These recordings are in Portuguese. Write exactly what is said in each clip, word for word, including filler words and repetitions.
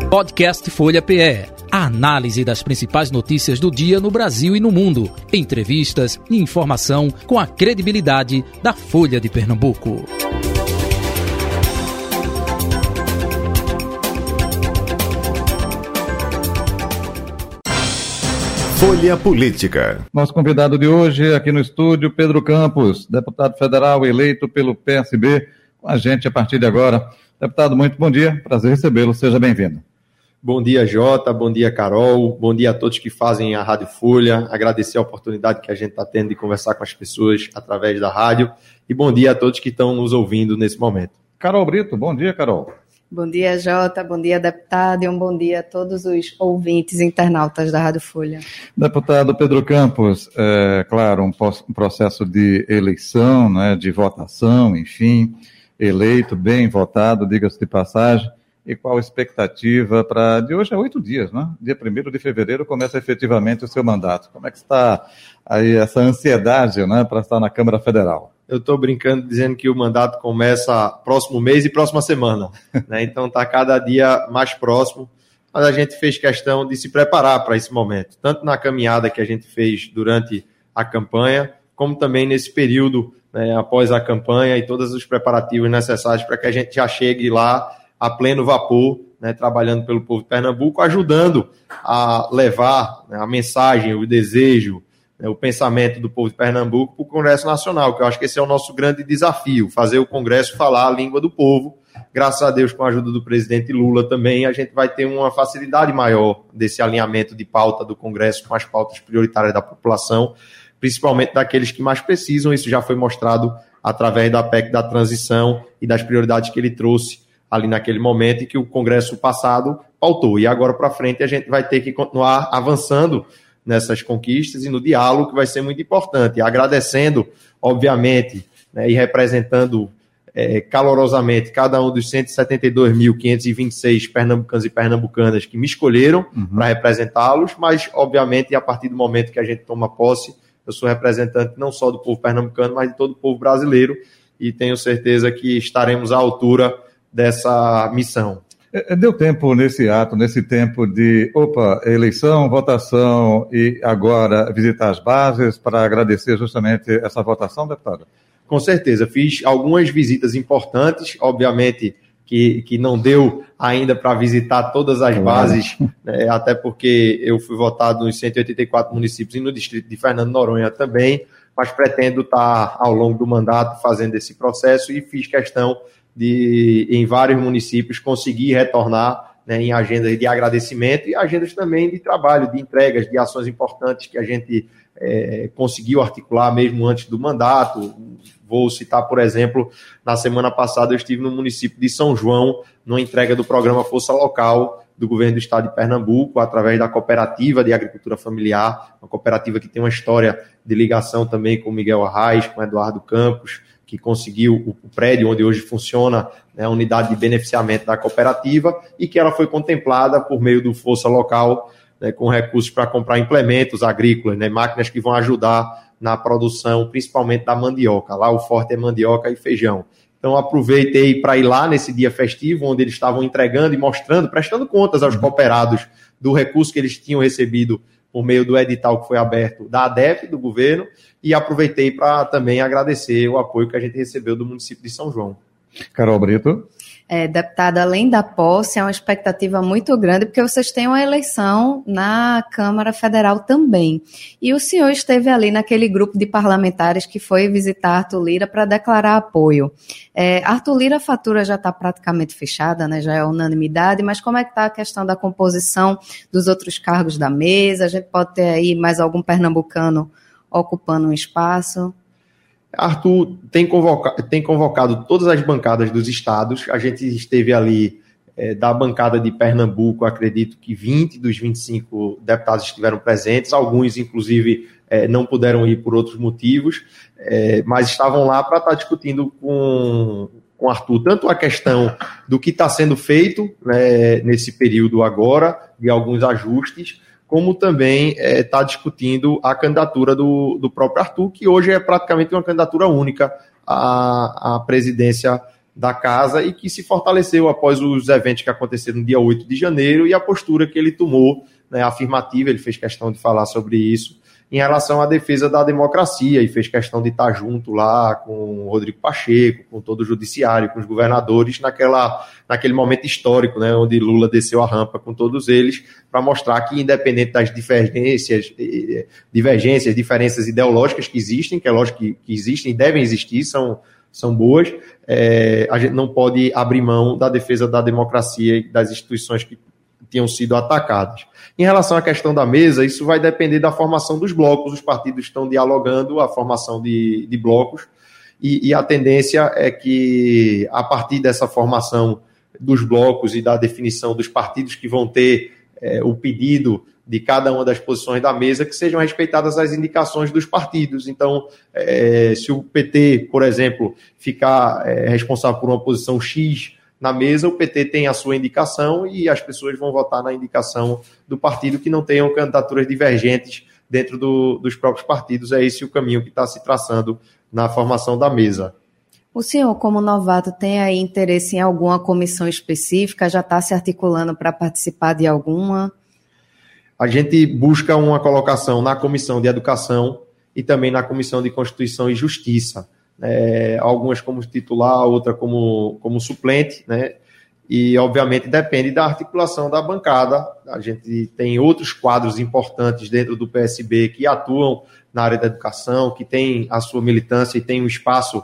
Podcast Folha P E. A análise das principais notícias do dia no Brasil e no mundo. Entrevistas e informação com a credibilidade da Folha de Pernambuco. Folha Política. Nosso convidado de hoje aqui no estúdio, Pedro Campos, deputado federal eleito pelo P S B, com a gente a partir de agora. Deputado, muito bom dia, prazer recebê-lo, seja bem-vindo. Bom dia, Jota, bom dia, Carol, bom dia a todos que fazem a Rádio Folha, agradecer a oportunidade que a gente está tendo de conversar com as pessoas através da rádio e bom dia a todos que estão nos ouvindo nesse momento. Carol Brito, bom dia, Carol. Bom dia, Jota, bom dia, deputado, e um bom dia a todos os ouvintes e internautas da Rádio Folha. Deputado Pedro Campos, é claro, um, um processo de eleição, né, de votação, enfim, eleito, bem votado, diga-se de passagem. E qual a expectativa para... De hoje a oito dias, né? Dia primeiro de fevereiro começa efetivamente o seu mandato. Como é que está aí essa ansiedade, né, para estar na Câmara Federal? Eu estou brincando dizendo que o mandato começa próximo mês e próxima semana, né? Então está cada dia mais próximo, mas a gente fez questão de se preparar para esse momento, tanto na caminhada que a gente fez durante a campanha, como também nesse período, né, após a campanha e todos os preparativos necessários para que a gente já chegue lá a pleno vapor, né, trabalhando pelo povo de Pernambuco, ajudando a levar, né, a mensagem, o desejo, né, o pensamento do povo de Pernambuco para o Congresso Nacional, que eu acho que esse é o nosso grande desafio, fazer o Congresso falar a língua do povo. Graças a Deus, com a ajuda do presidente Lula também, a gente vai ter uma facilidade maior desse alinhamento de pauta do Congresso com as pautas prioritárias da população, principalmente daqueles que mais precisam. Isso já foi mostrado através da P E C da transição e das prioridades que ele trouxe ali naquele momento e que o Congresso passado pautou. E agora para frente a gente vai ter que continuar avançando nessas conquistas e no diálogo, que vai ser muito importante. Agradecendo, obviamente, né, e representando é, calorosamente cada um dos cento e setenta e dois mil, quinhentos e vinte e seis pernambucanos e pernambucanas que me escolheram uhum. para representá-los, mas, obviamente, a partir do momento que a gente toma posse, eu sou representante não só do povo pernambucano, mas de todo o povo brasileiro, e tenho certeza que estaremos à altura dessa missão. Deu tempo nesse ato, nesse tempo de, opa, eleição, votação e agora visitar as bases para agradecer justamente essa votação, deputada? Com certeza, fiz algumas visitas importantes, obviamente que, que não deu ainda para visitar todas as claro. bases, né, até porque eu fui votado nos cento e oitenta e quatro municípios e no distrito de Fernando Noronha também, mas pretendo estar ao longo do mandato fazendo esse processo e fiz questão de, em vários municípios, conseguir retornar, né, em agendas de agradecimento e agendas também de trabalho, de entregas, de ações importantes que a gente é, conseguiu articular mesmo antes do mandato. Vou citar, por exemplo, na semana passada eu estive no município de São João, numa entrega do programa Força Local do governo do estado de Pernambuco, através da Cooperativa de Agricultura Familiar, uma cooperativa que tem uma história de ligação também com Miguel Arraes, com Eduardo Campos, que conseguiu o prédio onde hoje funciona, né, a unidade de beneficiamento da cooperativa, e que ela foi contemplada por meio do Força Local, né, com recursos para comprar implementos agrícolas, né, máquinas que vão ajudar na produção, principalmente da mandioca. Lá o forte é mandioca e feijão. Então aproveitei para ir lá nesse dia festivo, onde eles estavam entregando e mostrando, prestando contas aos cooperados do recurso que eles tinham recebido por meio do edital que foi aberto da ADEP, do governo, e aproveitei para também agradecer o apoio que a gente recebeu do município de São João. Carol Brito. É, deputada, além da posse, é uma expectativa muito grande, porque vocês têm uma eleição na Câmara Federal também. E o senhor esteve ali naquele grupo de parlamentares que foi visitar Arthur Lira para declarar apoio. É, Arthur Lira, a fatura já está praticamente fechada, né, já é unanimidade, mas como é que está a questão da composição dos outros cargos da mesa? A gente pode ter aí mais algum pernambucano ocupando um espaço? Arthur tem convocado, tem convocado todas as bancadas dos estados. A gente esteve ali é, da bancada de Pernambuco, acredito que vinte dos vinte e cinco deputados estiveram presentes, alguns inclusive é, não puderam ir por outros motivos, é, mas estavam lá para estar discutindo com com Arthur tanto a questão do que está sendo feito, né, nesse período agora, de alguns ajustes, como também está é, discutindo a candidatura do, do próprio Arthur, que hoje é praticamente uma candidatura única à, à presidência da casa e que se fortaleceu após os eventos que aconteceram no dia oito de janeiro e a postura que ele tomou, né, afirmativa, ele fez questão de falar sobre isso, em relação à defesa da democracia, e fez questão de estar junto lá com o Rodrigo Pacheco, com todo o judiciário, com os governadores, naquela, naquele momento histórico, né, onde Lula desceu a rampa com todos eles, para mostrar que, independente das divergências, divergências, diferenças ideológicas que existem, que é lógico que, que existem e devem existir, são, são boas, é, a gente não pode abrir mão da defesa da democracia e das instituições que tinham sido atacadas. Em relação à questão da mesa, isso vai depender da formação dos blocos. Os partidos estão dialogando a formação de, de blocos e, e a tendência é que, a partir dessa formação dos blocos e da definição dos partidos que vão ter é, o pedido de cada uma das posições da mesa, que sejam respeitadas as indicações dos partidos. Então, é, se o P T, por exemplo, ficar é, responsável por uma posição X na mesa, o P T tem a sua indicação e as pessoas vão votar na indicação do partido que não tenham candidaturas divergentes dentro do, dos próprios partidos. É esse o caminho que está se traçando na formação da mesa. O senhor, como novato, tem aí interesse em alguma comissão específica? Já está se articulando para participar de alguma? A gente busca uma colocação na Comissão de Educação e também na Comissão de Constituição e Justiça. É, algumas como titular, outra como, como suplente, né? E obviamente depende da articulação da bancada. A gente tem outros quadros importantes dentro do P S B que atuam na área da educação, que tem a sua militância e tem um espaço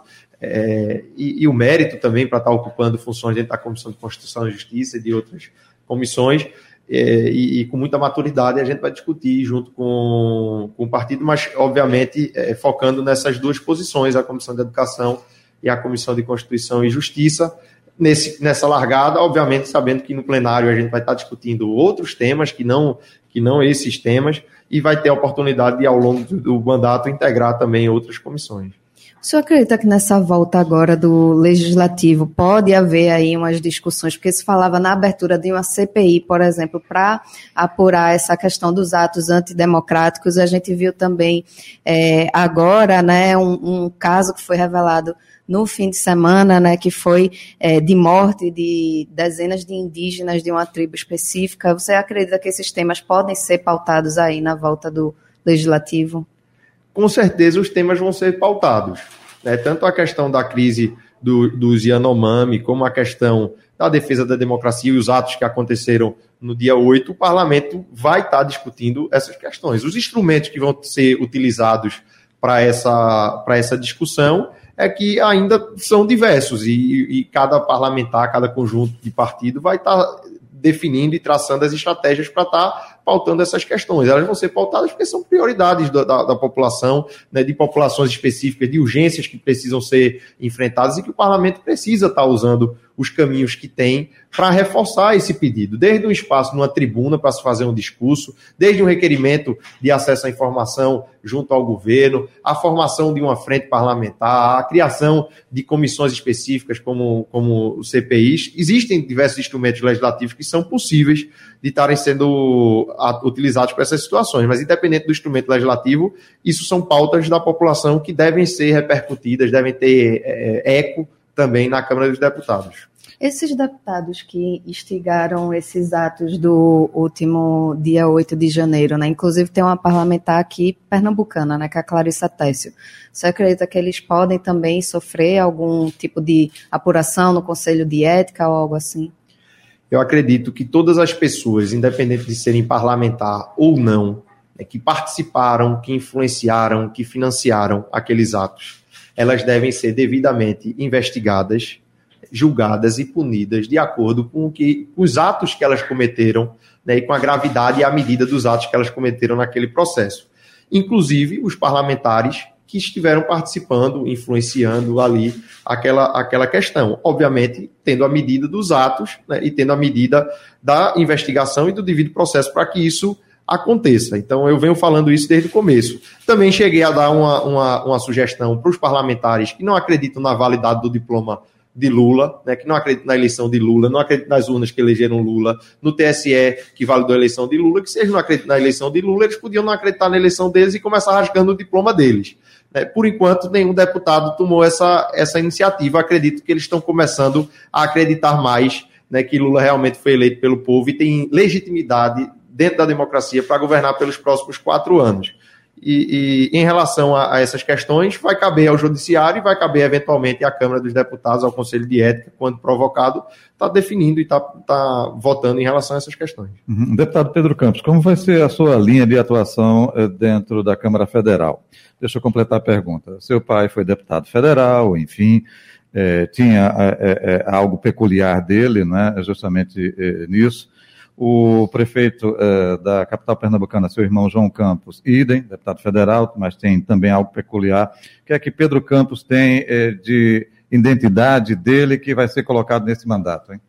é, e, e o mérito também para estar ocupando funções dentro da Comissão de Constituição e Justiça e de outras comissões. É, e, e com muita maturidade a gente vai discutir junto com, com o partido, mas obviamente é, focando nessas duas posições, a Comissão de Educação e a Comissão de Constituição e Justiça, nesse, nessa largada, obviamente sabendo que no plenário a gente vai estar discutindo outros temas que não, que não esses temas, e vai ter a oportunidade de ao longo do, do mandato integrar também outras comissões. O senhor acredita que nessa volta agora do Legislativo pode haver aí umas discussões, porque se falava na abertura de uma C P I, por exemplo, para apurar essa questão dos atos antidemocráticos. A gente viu também é, agora, né, um, um caso que foi revelado no fim de semana, né, que foi é, de morte de dezenas de indígenas de uma tribo específica. Você acredita que esses temas podem ser pautados aí na volta do Legislativo? Com certeza os temas vão ser pautados, né? Tanto a questão da crise do, dos Yanomami, como a questão da defesa da democracia e os atos que aconteceram no dia oito, o parlamento vai estar discutindo essas questões. Os instrumentos que vão ser utilizados para essa, para essa discussão é que ainda são diversos e, e cada parlamentar, cada conjunto de partido vai estar definindo e traçando as estratégias para estar pautando essas questões. Elas vão ser pautadas porque são prioridades da, da, da população, né, de populações específicas, de urgências que precisam ser enfrentadas e que o parlamento precisa estar usando os caminhos que tem para reforçar esse pedido, desde um espaço numa tribuna para se fazer um discurso, desde um requerimento de acesso à informação junto ao governo, a formação de uma frente parlamentar, a criação de comissões específicas como, como C P Is. Existem diversos instrumentos legislativos que são possíveis de estarem sendo utilizados para essas situações, mas independente do instrumento legislativo, isso são pautas da população que devem ser repercutidas, devem ter é, eco também na Câmara dos Deputados. Esses deputados que instigaram esses atos do último dia oito de janeiro, né? Inclusive tem uma parlamentar aqui pernambucana, né, que é a Clarissa Tessio. Você acredita que eles podem também sofrer algum tipo de apuração no Conselho de Ética ou algo assim? Eu acredito que todas as pessoas, independente de serem parlamentar ou não, né, que participaram, que influenciaram, que financiaram aqueles atos, elas devem ser devidamente investigadas, julgadas e punidas de acordo com, o que, com os atos que elas cometeram, né, e com a gravidade e a medida dos atos que elas cometeram naquele processo. Inclusive os parlamentares que estiveram participando, influenciando ali aquela, aquela questão. Obviamente, tendo a medida dos atos, né, e tendo a medida da investigação e do devido processo para que isso aconteça. Então, eu venho falando isso desde o começo. Também cheguei a dar uma, uma, uma sugestão para os parlamentares que não acreditam na validade do diploma de Lula, né, que não acredita na eleição de Lula, não acredita nas urnas que elegeram Lula, no T S E que validou a eleição de Lula, que se eles não acreditam na eleição de Lula, eles podiam não acreditar na eleição deles e começar rasgando o diploma deles. Né. Por enquanto, nenhum deputado tomou essa, essa iniciativa. Acredito que eles estão começando a acreditar mais, né, que Lula realmente foi eleito pelo povo e tem legitimidade dentro da democracia para governar pelos próximos quatro anos. E, e em relação a, a essas questões, vai caber ao Judiciário e vai caber eventualmente à Câmara dos Deputados, ao Conselho de Ética, quando provocado, está definindo e está tá votando em relação a essas questões. Uhum. Deputado Pedro Campos, como vai ser a sua linha de atuação eh, dentro da Câmara Federal? Deixa eu completar a pergunta. Seu pai foi deputado federal, enfim, eh, tinha eh, eh, algo peculiar dele, né, justamente eh, nisso. O prefeito eh, da capital pernambucana, seu irmão João Campos, idem, deputado federal, mas tem também algo peculiar. O que é que Pedro Campos tem eh, de identidade dele que vai ser colocado nesse mandato, hein?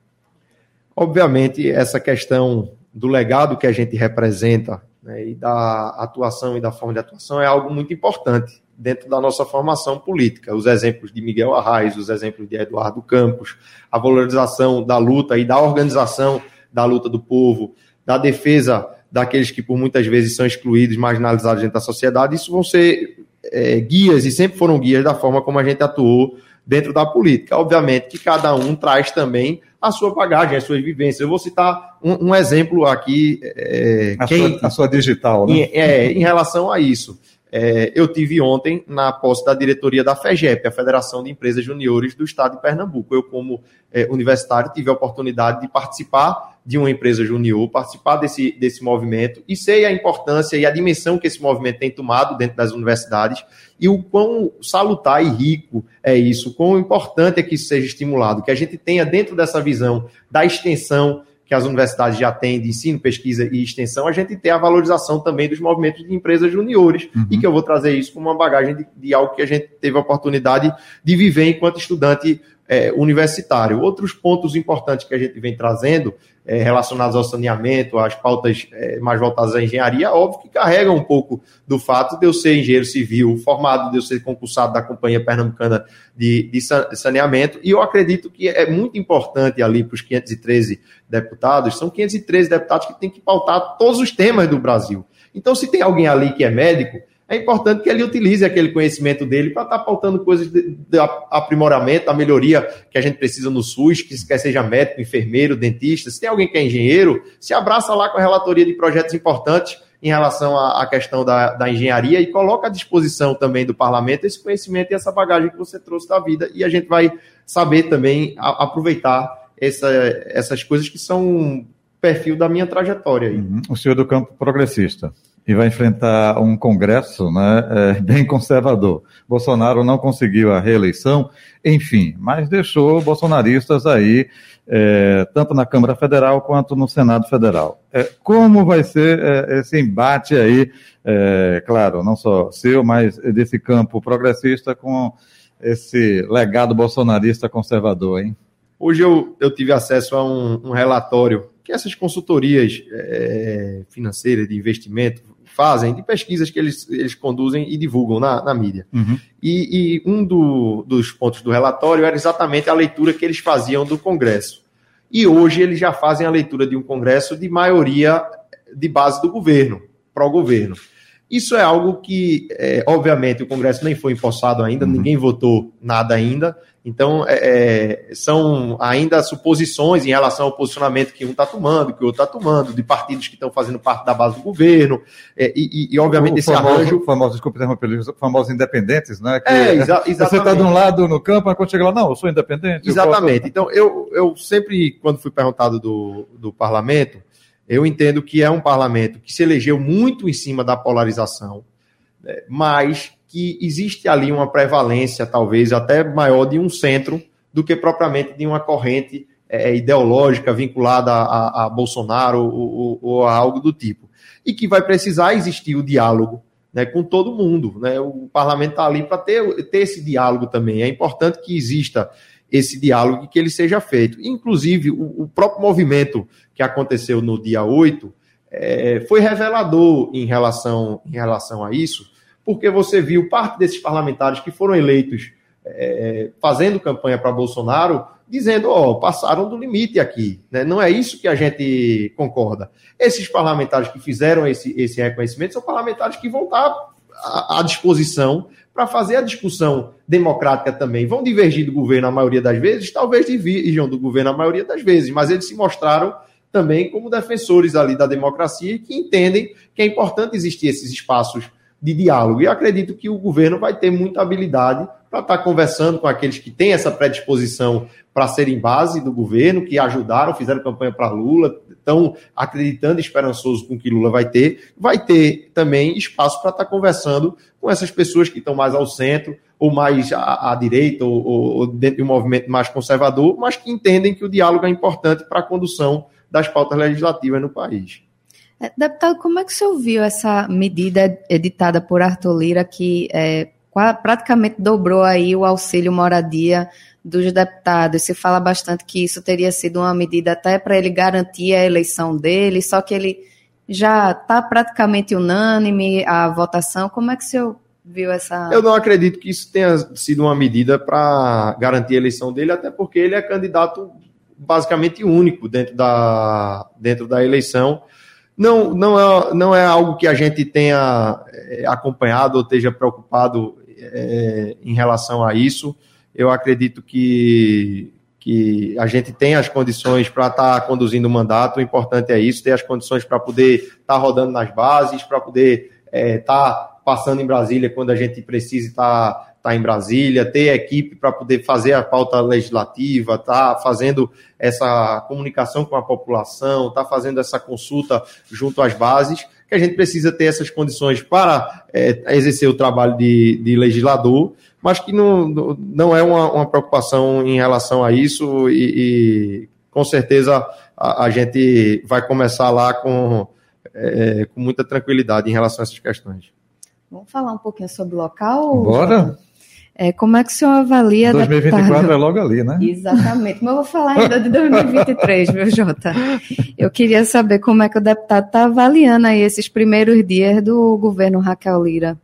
Obviamente, essa questão do legado que a gente representa, né, e da atuação e da forma de atuação é algo muito importante dentro da nossa formação política. Os exemplos de Miguel Arraes, os exemplos de Eduardo Campos, a valorização da luta e da organização da luta do povo, da defesa daqueles que por muitas vezes são excluídos, marginalizados dentro da sociedade, isso vão ser é, guias e sempre foram guias da forma como a gente atuou dentro da política. Obviamente que cada um traz também a sua bagagem, as suas vivências. Eu vou citar um, um exemplo aqui. É, a, quem, sua, a sua digital, né? Em, é, em relação a isso. É, eu tive ontem na posse da diretoria da FEGEP, a Federação de Empresas Juniores do Estado de Pernambuco. Eu, como é, universitário, tive a oportunidade de participar de uma empresa junior, participar desse, desse movimento e sei a importância e a dimensão que esse movimento tem tomado dentro das universidades e o quão salutar e rico é isso, o quão importante é que isso seja estimulado, que a gente tenha dentro dessa visão da extensão que as universidades já têm de ensino, pesquisa e extensão, a gente tem a valorização também dos movimentos de empresas juniores, uhum. e que eu vou trazer isso como uma bagagem de, de algo que a gente teve a oportunidade de viver enquanto estudante é, universitário. Outros pontos importantes que a gente vem trazendo, é, relacionados ao saneamento, às pautas é, mais voltadas à engenharia, óbvio que carregam um pouco do fato de eu ser engenheiro civil, formado, de eu ser concursado da Companhia Pernambucana de, de Saneamento, e eu acredito que é muito importante ali para os quinhentos e treze deputados, são quinhentos e treze deputados que têm que pautar todos os temas do Brasil. Então, se tem alguém ali que é médico, é importante que ele utilize aquele conhecimento dele para estar pautando coisas de, de aprimoramento, da melhoria que a gente precisa no SUS, que quer seja médico, enfermeiro, dentista. Se tem alguém que é engenheiro, se abraça lá com a relatoria de projetos importantes em relação à, à questão da, da engenharia e coloca à disposição também do parlamento esse conhecimento e essa bagagem que você trouxe da vida. E a gente vai saber também a, aproveitar essa, essas coisas que são um perfil da minha trajetória. Aí. Uhum. O senhor do campo progressista. E vai enfrentar um Congresso, né, é, bem conservador. Bolsonaro não conseguiu a reeleição, enfim, mas deixou bolsonaristas aí, é, tanto na Câmara Federal quanto no Senado Federal. É, como vai ser é, esse embate aí, é, claro, não só seu, mas desse campo progressista com esse legado bolsonarista conservador, hein? Hoje eu, eu tive acesso a um, um relatório que essas consultorias é, financeiras de investimento fazem, de pesquisas que eles, eles conduzem e divulgam na, na mídia. Uhum. E, e um do, dos pontos do relatório era exatamente a leitura que eles faziam do Congresso. E hoje eles já fazem a leitura de um Congresso de maioria de base do governo, pró-governo. Isso é algo que, é, obviamente, o Congresso nem foi empossado ainda, uhum. ninguém votou nada ainda, então é, são ainda suposições em relação ao posicionamento que um está tomando, que o outro está tomando, de partidos que estão fazendo parte da base do governo, é, e, e, obviamente, o esse famoso, arranjo... Famoso, desculpa interromper, os famosos independentes, né? Que é, exa exatamente. Você está de um lado no campo, mas quando chega lá, não, eu sou independente. Exatamente. Eu posso... Então, eu, eu sempre, quando fui perguntado do, do parlamento, eu entendo que é um parlamento que se elegeu muito em cima da polarização, né, mas que existe ali uma prevalência, talvez até maior, de um centro do que propriamente de uma corrente é, ideológica vinculada a, a, a Bolsonaro ou, ou, ou a algo do tipo. E que vai precisar existir o diálogo, né, com todo mundo. Né? O parlamento está ali para ter, ter esse diálogo também. É importante que exista esse diálogo e que ele seja feito. Inclusive, o, o próprio movimento que aconteceu no dia oito é, foi revelador em relação, em relação a isso, porque você viu parte desses parlamentares que foram eleitos é, fazendo campanha para Bolsonaro, dizendo, ó, oh, passaram do limite aqui, né? Não é isso que a gente concorda. Esses parlamentares que fizeram esse, esse reconhecimento são parlamentares que vão estar à, à disposição para fazer a discussão democrática também. Vão divergir do governo a maioria das vezes, talvez divirjam do governo a maioria das vezes, mas eles se mostraram também como defensores ali da democracia e que entendem que é importante existir esses espaços de diálogo. E eu acredito que o governo vai ter muita habilidade para estar conversando com aqueles que têm essa predisposição para serem base do governo, que ajudaram, fizeram campanha para Lula, estão acreditando e esperançoso com o que Lula vai ter. Vai ter também espaço para estar conversando com essas pessoas que estão mais ao centro, ou mais à, à direita, ou, ou dentro de um movimento mais conservador, mas que entendem que o diálogo é importante para a condução das pautas legislativas no país. Deputado, como é que o senhor viu essa medida editada por Arthur Lira, que é, praticamente dobrou aí o auxílio moradia dos deputados? Se fala bastante que isso teria sido uma medida até para ele garantir a eleição dele, só que ele já está praticamente unânime a votação. Como é que o senhor viu essa... Eu não acredito que isso tenha sido uma medida para garantir a eleição dele, até porque ele é candidato basicamente único dentro da, dentro da eleição. Não, não, é, não é algo que a gente tenha é, acompanhado ou esteja preocupado é, em relação a isso. Eu acredito que, que a gente tem as condições para estar tá conduzindo o mandato. O importante é isso, ter as condições para poder estar tá rodando nas bases, para poder estar é, tá passando em Brasília quando a gente precisa estar tá, tá em Brasília, ter equipe para poder fazer a pauta legislativa, estar tá fazendo essa comunicação com a população, estar tá fazendo essa consulta junto às bases, que a gente precisa ter essas condições para é, exercer o trabalho de, de legislador, mas que não, não é uma, uma preocupação em relação a isso e, e com certeza a, a gente vai começar lá com, é, com muita tranquilidade em relação a essas questões. Vamos falar um pouquinho sobre o local? Bora! É, como é que o senhor avalia... dois mil e vinte e quatro deputado? É logo ali, né? Exatamente, mas eu vou falar ainda de dois mil e vinte e três, meu Jota. Eu queria saber como é que o deputado está avaliando aí esses primeiros dias do governo Raquel Lira.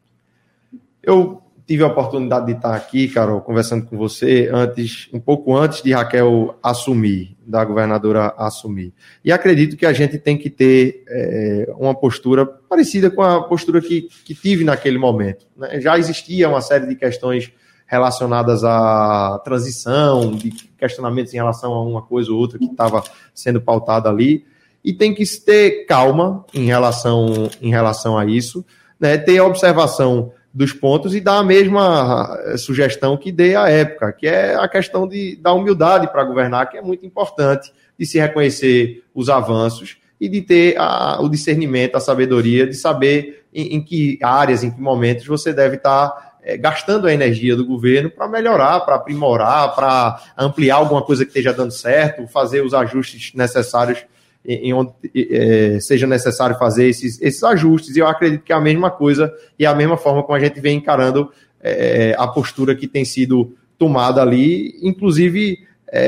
Eu tive a oportunidade de estar aqui, Carol, conversando com você antes, um pouco antes de Raquel assumir, da governadora assumir. E acredito que a gente tem que ter é, uma postura parecida com a postura que, que tive naquele momento, né? Já existia uma série de questões relacionadas à transição, de questionamentos em relação a uma coisa ou outra que estava sendo pautada ali, e tem que ter calma em relação, em relação a isso, né? Ter a observação dos pontos e dar a mesma sugestão que dei à época, que é a questão de, da humildade para governar, que é muito importante, de se reconhecer os avanços e de ter a, o discernimento, a sabedoria de saber em, em que áreas, em que momentos você deve estar é, gastando a energia do governo para melhorar, para aprimorar, para ampliar alguma coisa que esteja dando certo, fazer os ajustes necessários em onde é, seja necessário fazer esses, esses ajustes, e eu acredito que é a mesma coisa e a mesma forma como a gente vem encarando é, a postura que tem sido tomada ali, inclusive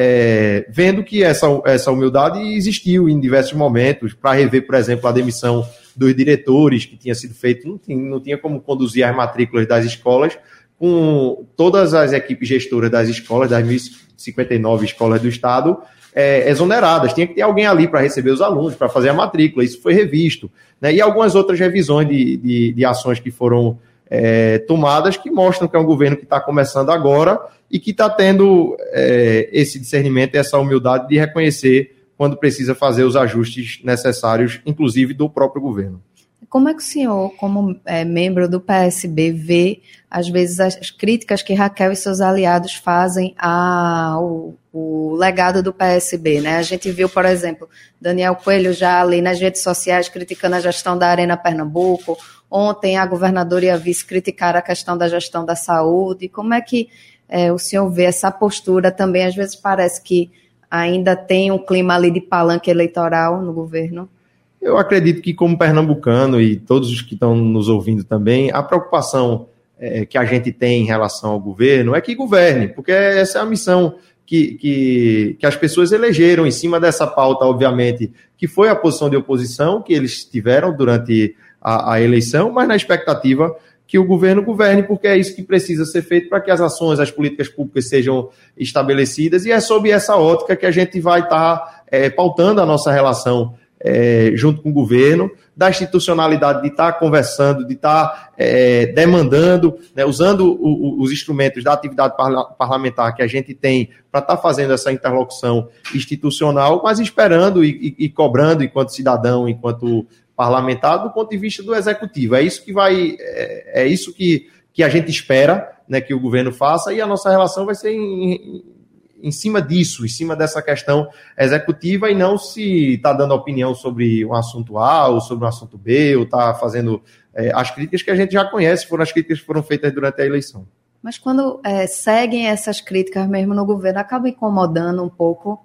é, vendo que essa, essa humildade existiu em diversos momentos, para rever, por exemplo, a demissão dos diretores que tinha sido feito, não tinha, não tinha como conduzir as matrículas das escolas com todas as equipes gestoras das escolas, das mil e cinquenta e nove escolas do Estado, É, exoneradas, tinha que ter alguém ali para receber os alunos, para fazer a matrícula, isso foi revisto, né? E algumas outras revisões de, de, de ações que foram é, tomadas, que mostram que é um governo que está começando agora e que está tendo é, esse discernimento, essa humildade de reconhecer quando precisa fazer os ajustes necessários, inclusive do próprio governo. Como é que o senhor, como é, membro do P S B, vê, às vezes, as críticas que Raquel e seus aliados fazem ao, ao legado do P S B, né? A gente viu, por exemplo, Daniel Coelho já ali nas redes sociais criticando a gestão da Arena Pernambuco. Ontem a governadora e a vice criticaram a questão da gestão da saúde. Como é que é, o senhor vê essa postura também? Às vezes parece que ainda tem um clima ali de palanque eleitoral no governo. Eu acredito que, como pernambucano e todos os que estão nos ouvindo também, a preocupação é, que a gente tem em relação ao governo é que governe, porque essa é a missão que, que, que as pessoas elegeram em cima dessa pauta, obviamente, que foi a posição de oposição que eles tiveram durante a, a eleição, mas na expectativa que o governo governe, porque é isso que precisa ser feito para que as ações, as políticas públicas sejam estabelecidas, e é sob essa ótica que a gente vai estar tá, é, pautando a nossa relação é, junto com o governo, da institucionalidade de estar tá conversando, de estar tá, é, demandando, né, usando o, o, os instrumentos da atividade parla- parlamentar que a gente tem para estar tá fazendo essa interlocução institucional, mas esperando e, e, e cobrando enquanto cidadão, enquanto parlamentar, do ponto de vista do executivo. É isso que vai, é, é isso que, que a gente espera, né, que o governo faça, e a nossa relação vai ser em, em, em cima disso, em cima dessa questão executiva, e não se está dando opinião sobre um assunto A ou sobre um assunto B, ou está fazendo é, as críticas que a gente já conhece, foram as críticas que foram feitas durante a eleição. Mas quando é, seguem essas críticas mesmo no governo, acaba incomodando um pouco?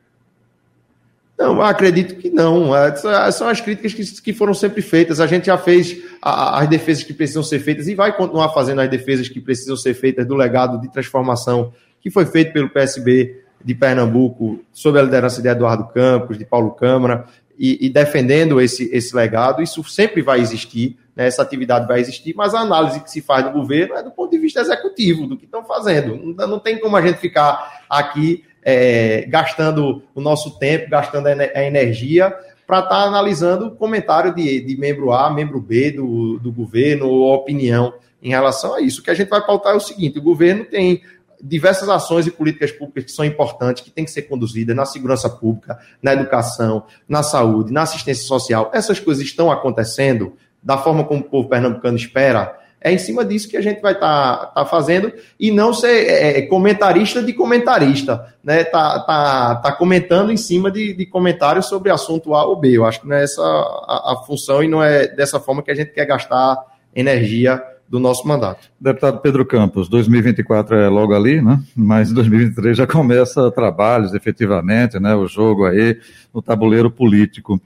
Não, acredito que não. São as críticas que, que foram sempre feitas. A gente já fez a, as defesas que precisam ser feitas e vai continuar fazendo as defesas que precisam ser feitas do legado de transformação que foi feito pelo P S B de Pernambuco, sob a liderança de Eduardo Campos, de Paulo Câmara, e, e defendendo esse, esse legado. Isso sempre vai existir, né? Essa atividade vai existir, mas a análise que se faz do governo é do ponto de vista executivo, do que estão fazendo. Não, não tem como a gente ficar aqui É, gastando o nosso tempo, gastando a energia para estar tá analisando o comentário de, de membro A, membro B do, do governo, ou opinião em relação a isso. O que a gente vai pautar é o seguinte: o governo tem diversas ações e políticas públicas que são importantes, que têm que ser conduzidas na segurança pública, na educação, na saúde, na assistência social. Essas coisas estão acontecendo da forma como o povo pernambucano espera. É em cima disso que a gente vai estar tá, tá fazendo, e não ser é, comentarista de comentarista, né? Tá, tá, tá comentando em cima de, de comentários sobre assunto A ou B. Eu acho que não é essa a, a função, e não é dessa forma que a gente quer gastar energia do nosso mandato. Deputado Pedro Campos, dois mil e vinte e quatro é logo ali, né? Mas dois mil e vinte e três já começa trabalhos, efetivamente, né? O jogo aí no tabuleiro político.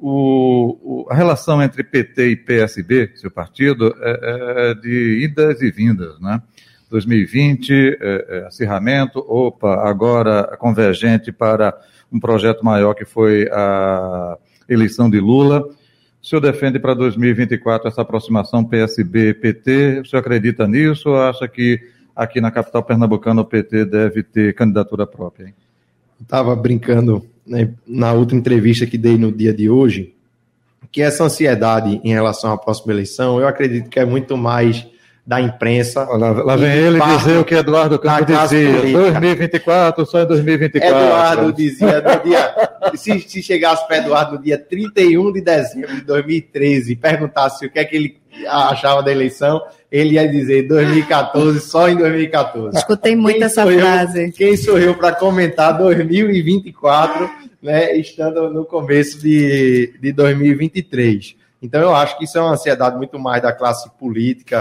O, o, a relação entre P T e P S B, seu partido, é, é de idas e vindas, né? dois mil e vinte, é, é, acirramento, opa, agora convergente para um projeto maior que foi a eleição de Lula. O senhor defende para dois mil e vinte e quatro essa aproximação P S B P T? O senhor acredita nisso, ou acha que aqui na capital pernambucana o P T deve ter candidatura própria? Hein? Estava brincando, né, na outra entrevista que dei no dia de hoje, que essa ansiedade em relação à próxima eleição, eu acredito que é muito mais da imprensa. Lá, lá vem ele dizer o que Eduardo Campos dizia, dois mil e vinte e quatro, só em dois mil e vinte e quatro. Eduardo dizia, no dia, se, se chegasse para Eduardo no dia trinta e um de dezembro de dois mil e treze e perguntasse o que é que ele achava da eleição, ele ia dizer dois mil e quatorze, só em dois mil e quatorze. Escutei muito quem essa eu, frase. Quem sou eu para comentar dois mil e vinte e quatro, né, estando no começo de, de dois mil e vinte e três? Então eu acho que isso é uma ansiedade muito mais da classe política,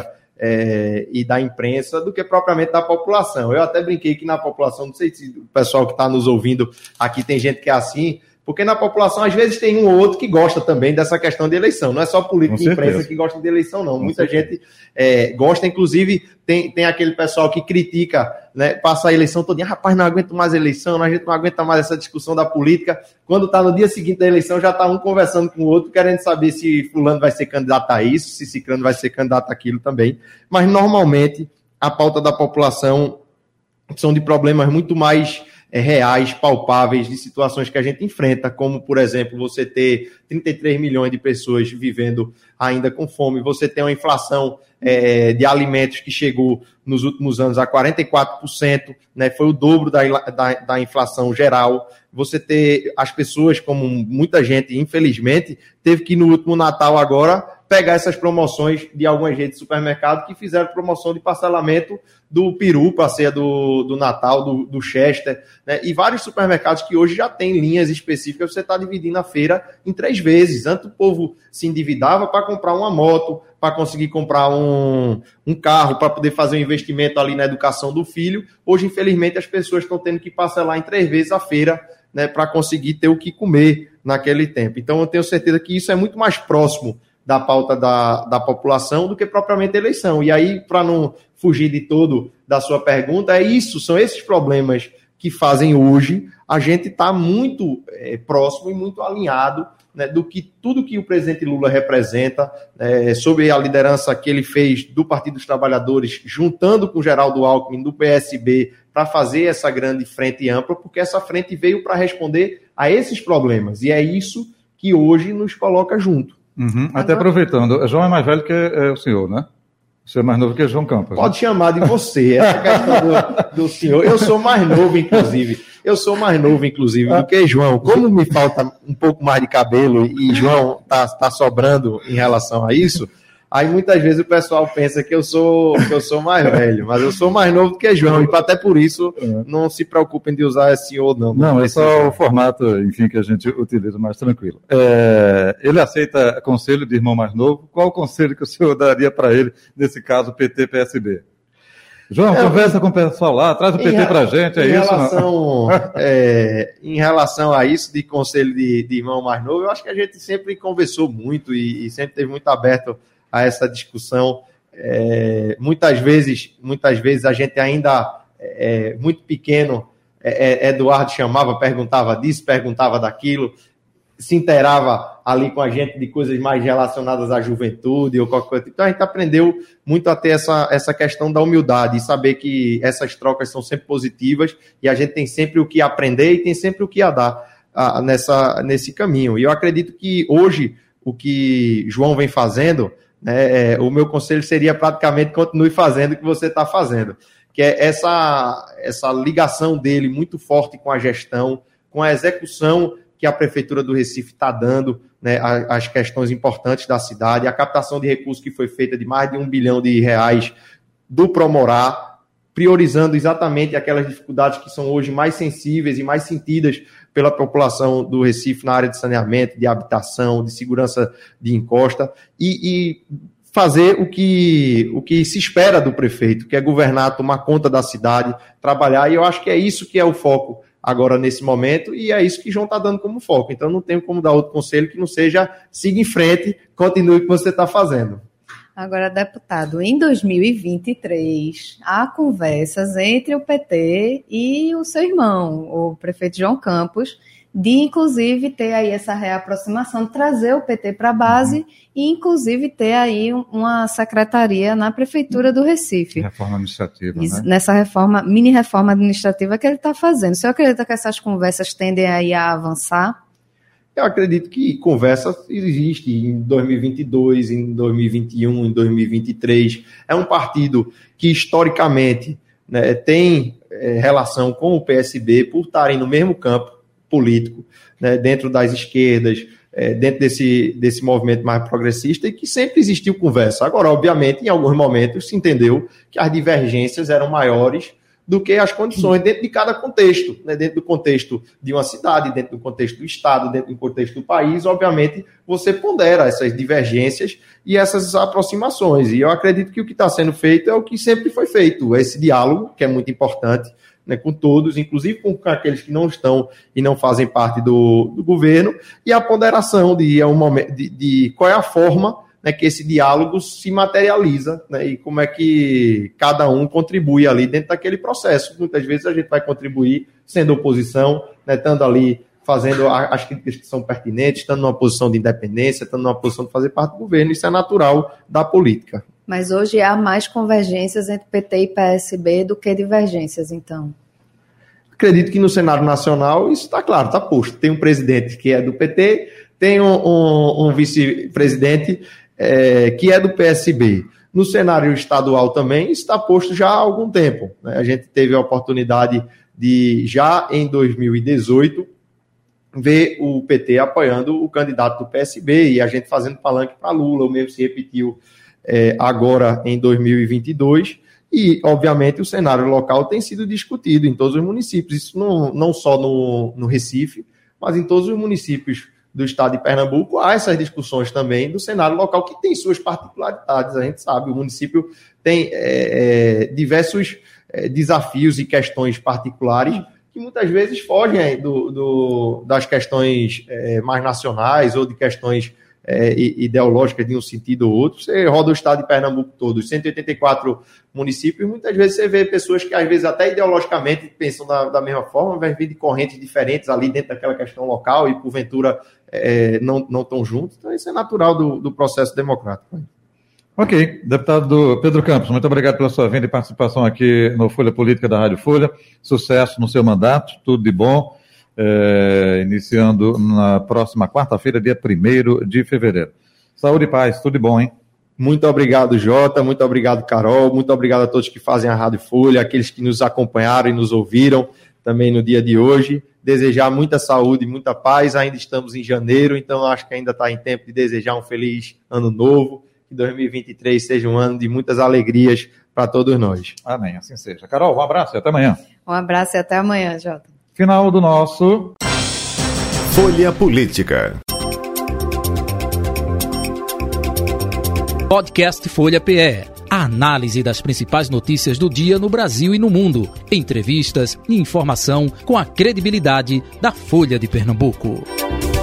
É, e da imprensa, do que propriamente da população. Eu até brinquei que na população, não sei se o pessoal que está nos ouvindo aqui tem gente que é assim, porque na população às vezes tem um ou outro que gosta também dessa questão de eleição. Não é só político e imprensa que gosta de eleição, não. Com Muita certeza. gente é, gosta, inclusive tem, tem aquele pessoal que critica, né, passa a eleição todinha, rapaz, não aguento mais a eleição, a gente não aguenta mais essa discussão da política. Quando está no dia seguinte da eleição, já está um conversando com o outro, querendo saber se fulano vai ser candidato a isso, se ciclano vai ser candidato àquilo também. Mas normalmente a pauta da população são de problemas muito mais É, reais, palpáveis, de situações que a gente enfrenta, como, por exemplo, você ter trinta e três milhões de pessoas vivendo ainda com fome, você tem uma inflação é, de alimentos que chegou nos últimos anos a quarenta e quatro por cento, né, foi o dobro da, da, da inflação geral. Você ter as pessoas, como muita gente, infelizmente, teve que no último Natal agora pegar essas promoções de algumas redes de supermercado que fizeram promoção de parcelamento do peru para a ceia do, do Natal, do, do Chester, né? E vários supermercados que hoje já têm linhas específicas, você está dividindo a feira em três vezes. Antes o povo se endividava para comprar uma moto, para conseguir comprar um, um carro, para poder fazer um investimento ali na educação do filho. Hoje, infelizmente, as pessoas estão tendo que parcelar em três vezes a feira, né, para conseguir ter o que comer naquele tempo. Então, eu tenho certeza que isso é muito mais próximo da pauta da, da população do que propriamente a eleição. E aí, para não fugir de todo da sua pergunta, é isso, são esses problemas que fazem hoje a gente estar tá muito é, próximo e muito alinhado né, do que tudo que o presidente Lula representa, né, sob a liderança que ele fez do Partido dos Trabalhadores, juntando com Geraldo Alckmin, do P S B, para fazer essa grande frente ampla, porque essa frente veio para responder a esses problemas, e é isso que hoje nos coloca junto. Uhum. Até aproveitando, João é mais velho que é, o senhor, né? O senhor é mais novo que João Campos. Pode né? chamar de você, essa questão do, do senhor. Eu sou mais novo, inclusive. Eu sou mais novo, inclusive, do que João. Como me falta um pouco mais de cabelo e João tá, tá sobrando em relação a isso, aí muitas vezes o pessoal pensa que eu sou, que eu sou mais velho, mas eu sou mais novo do que João, e até por isso não se preocupem de usar esse senhor, não. Não, é só o formato, enfim, que a gente utiliza mais tranquilo. É, ele aceita conselho de irmão mais novo? Qual o conselho que o senhor daria para ele, nesse caso, P T P S B? João, é, conversa com o pessoal lá, traz o P T para a gente, é em isso? Relação, é, em relação a isso de conselho de, de irmão mais novo, eu acho que a gente sempre conversou muito e, e sempre teve muito aberto a essa discussão. É, muitas vezes, muitas vezes a gente ainda é, muito pequeno, é, Eduardo chamava, perguntava disso, perguntava daquilo, se inteirava ali com a gente de coisas mais relacionadas à juventude ou qualquer coisa. Então a gente aprendeu muito a ter essa, essa questão da humildade e saber que essas trocas são sempre positivas e a gente tem sempre o que aprender e tem sempre o que a dar a, nessa, nesse caminho. E eu acredito que hoje o que João vem fazendo, né, é, o meu conselho seria praticamente continue fazendo o que você está fazendo, que é essa, essa ligação dele muito forte com a gestão, com a execução que a Prefeitura do Recife está dando, né, as questões importantes da cidade, a captação de recursos que foi feita de mais de um bilhão de reais do Promorá, priorizando exatamente aquelas dificuldades que são hoje mais sensíveis e mais sentidas pela população do Recife na área de saneamento, de habitação, de segurança de encosta, e, e fazer o que, o que se espera do prefeito, que é governar, tomar conta da cidade, trabalhar, e eu acho que é isso que é o foco agora nesse momento, e é isso que João está dando como foco. Então não tem como dar outro conselho que não seja siga em frente, continue o que você está fazendo. Agora, deputado, em dois mil e vinte e três, há conversas entre o P T e o seu irmão, o prefeito João Campos, de inclusive ter aí essa reaproximação, trazer o P T para a base uhum. e inclusive ter aí uma secretaria na Prefeitura do Recife. Reforma administrativa, né? Nessa reforma, mini reforma administrativa que ele está fazendo. O senhor acredita que essas conversas tendem aí a avançar? Eu acredito que conversa existe em dois mil e vinte e dois, em dois mil e vinte e um, em dois mil e vinte e três. É um partido que, historicamente, né, tem é, relação com o P S B por estarem no mesmo campo político, né, dentro das esquerdas, é, dentro desse, desse movimento mais progressista, e que sempre existiu conversa. Agora, obviamente, em alguns momentos se entendeu que as divergências eram maiores do que as condições dentro de cada contexto, né? Dentro do contexto de uma cidade, dentro do contexto do Estado, dentro do contexto do país, obviamente você pondera essas divergências e essas aproximações, e eu acredito que o que está sendo feito é o que sempre foi feito, esse diálogo, que é muito importante, né, com todos, inclusive com aqueles que não estão e não fazem parte do, do governo, e a ponderação de, é um momento, de, de qual é a forma, né, que esse diálogo se materializa, né, e como é que cada um contribui ali dentro daquele processo. Muitas vezes a gente vai contribuir sendo oposição, né, estando ali fazendo as críticas que são pertinentes, estando numa posição de independência, estando numa posição de fazer parte do governo. Isso é natural da política. Mas hoje há mais convergências entre P T e P S B do que divergências, então? Acredito que no cenário nacional isso está claro, está posto. Tem um presidente que é do P T, tem um, um, um vice-presidente é, que é do P S B. No cenário estadual também está posto já há algum tempo, né? A gente teve a oportunidade de, já em dois mil e dezoito, ver o P T apoiando o candidato do P S B e a gente fazendo palanque para Lula. O mesmo se repetiu é, agora em dois mil e vinte e dois. E, obviamente, o cenário local tem sido discutido em todos os municípios. Isso não, não só no, no Recife, mas em todos os municípios do estado de Pernambuco. Há essas discussões também do cenário local, que tem suas particularidades. A gente sabe, o município tem é, é, diversos é, desafios e questões particulares que muitas vezes fogem do, do, das questões é, mais nacionais ou de questões é, ideológicas de um sentido ou outro. Você roda o estado de Pernambuco todo, os cento e oitenta e quatro municípios, e muitas vezes você vê pessoas que às vezes até ideologicamente pensam da, da mesma forma, mas vêm de correntes diferentes ali dentro daquela questão local e porventura é, não, não estão juntos. Então isso é natural do, do processo democrático. Ok, deputado Pedro Campos, muito obrigado pela sua vinda e participação aqui no Folha Política da Rádio Folha. Sucesso no seu mandato, tudo de bom, é, iniciando na próxima quarta-feira, dia primeiro de fevereiro. Saúde e paz, tudo de bom, hein? Muito obrigado, Jota, muito obrigado, Carol, muito obrigado a todos que fazem a Rádio Folha, aqueles que nos acompanharam e nos ouviram também no dia de hoje. Desejar muita saúde e muita paz, ainda estamos em janeiro, então acho que ainda está em tempo de desejar um feliz ano novo. Que dois mil e vinte e três seja um ano de muitas alegrias para todos nós. Amém, assim seja. Carol, um abraço e até amanhã. Um abraço e até amanhã, Jota. Final do nosso Folha Política. Podcast Folha P E. A análise das principais notícias do dia no Brasil e no mundo. Entrevistas e informação com a credibilidade da Folha de Pernambuco.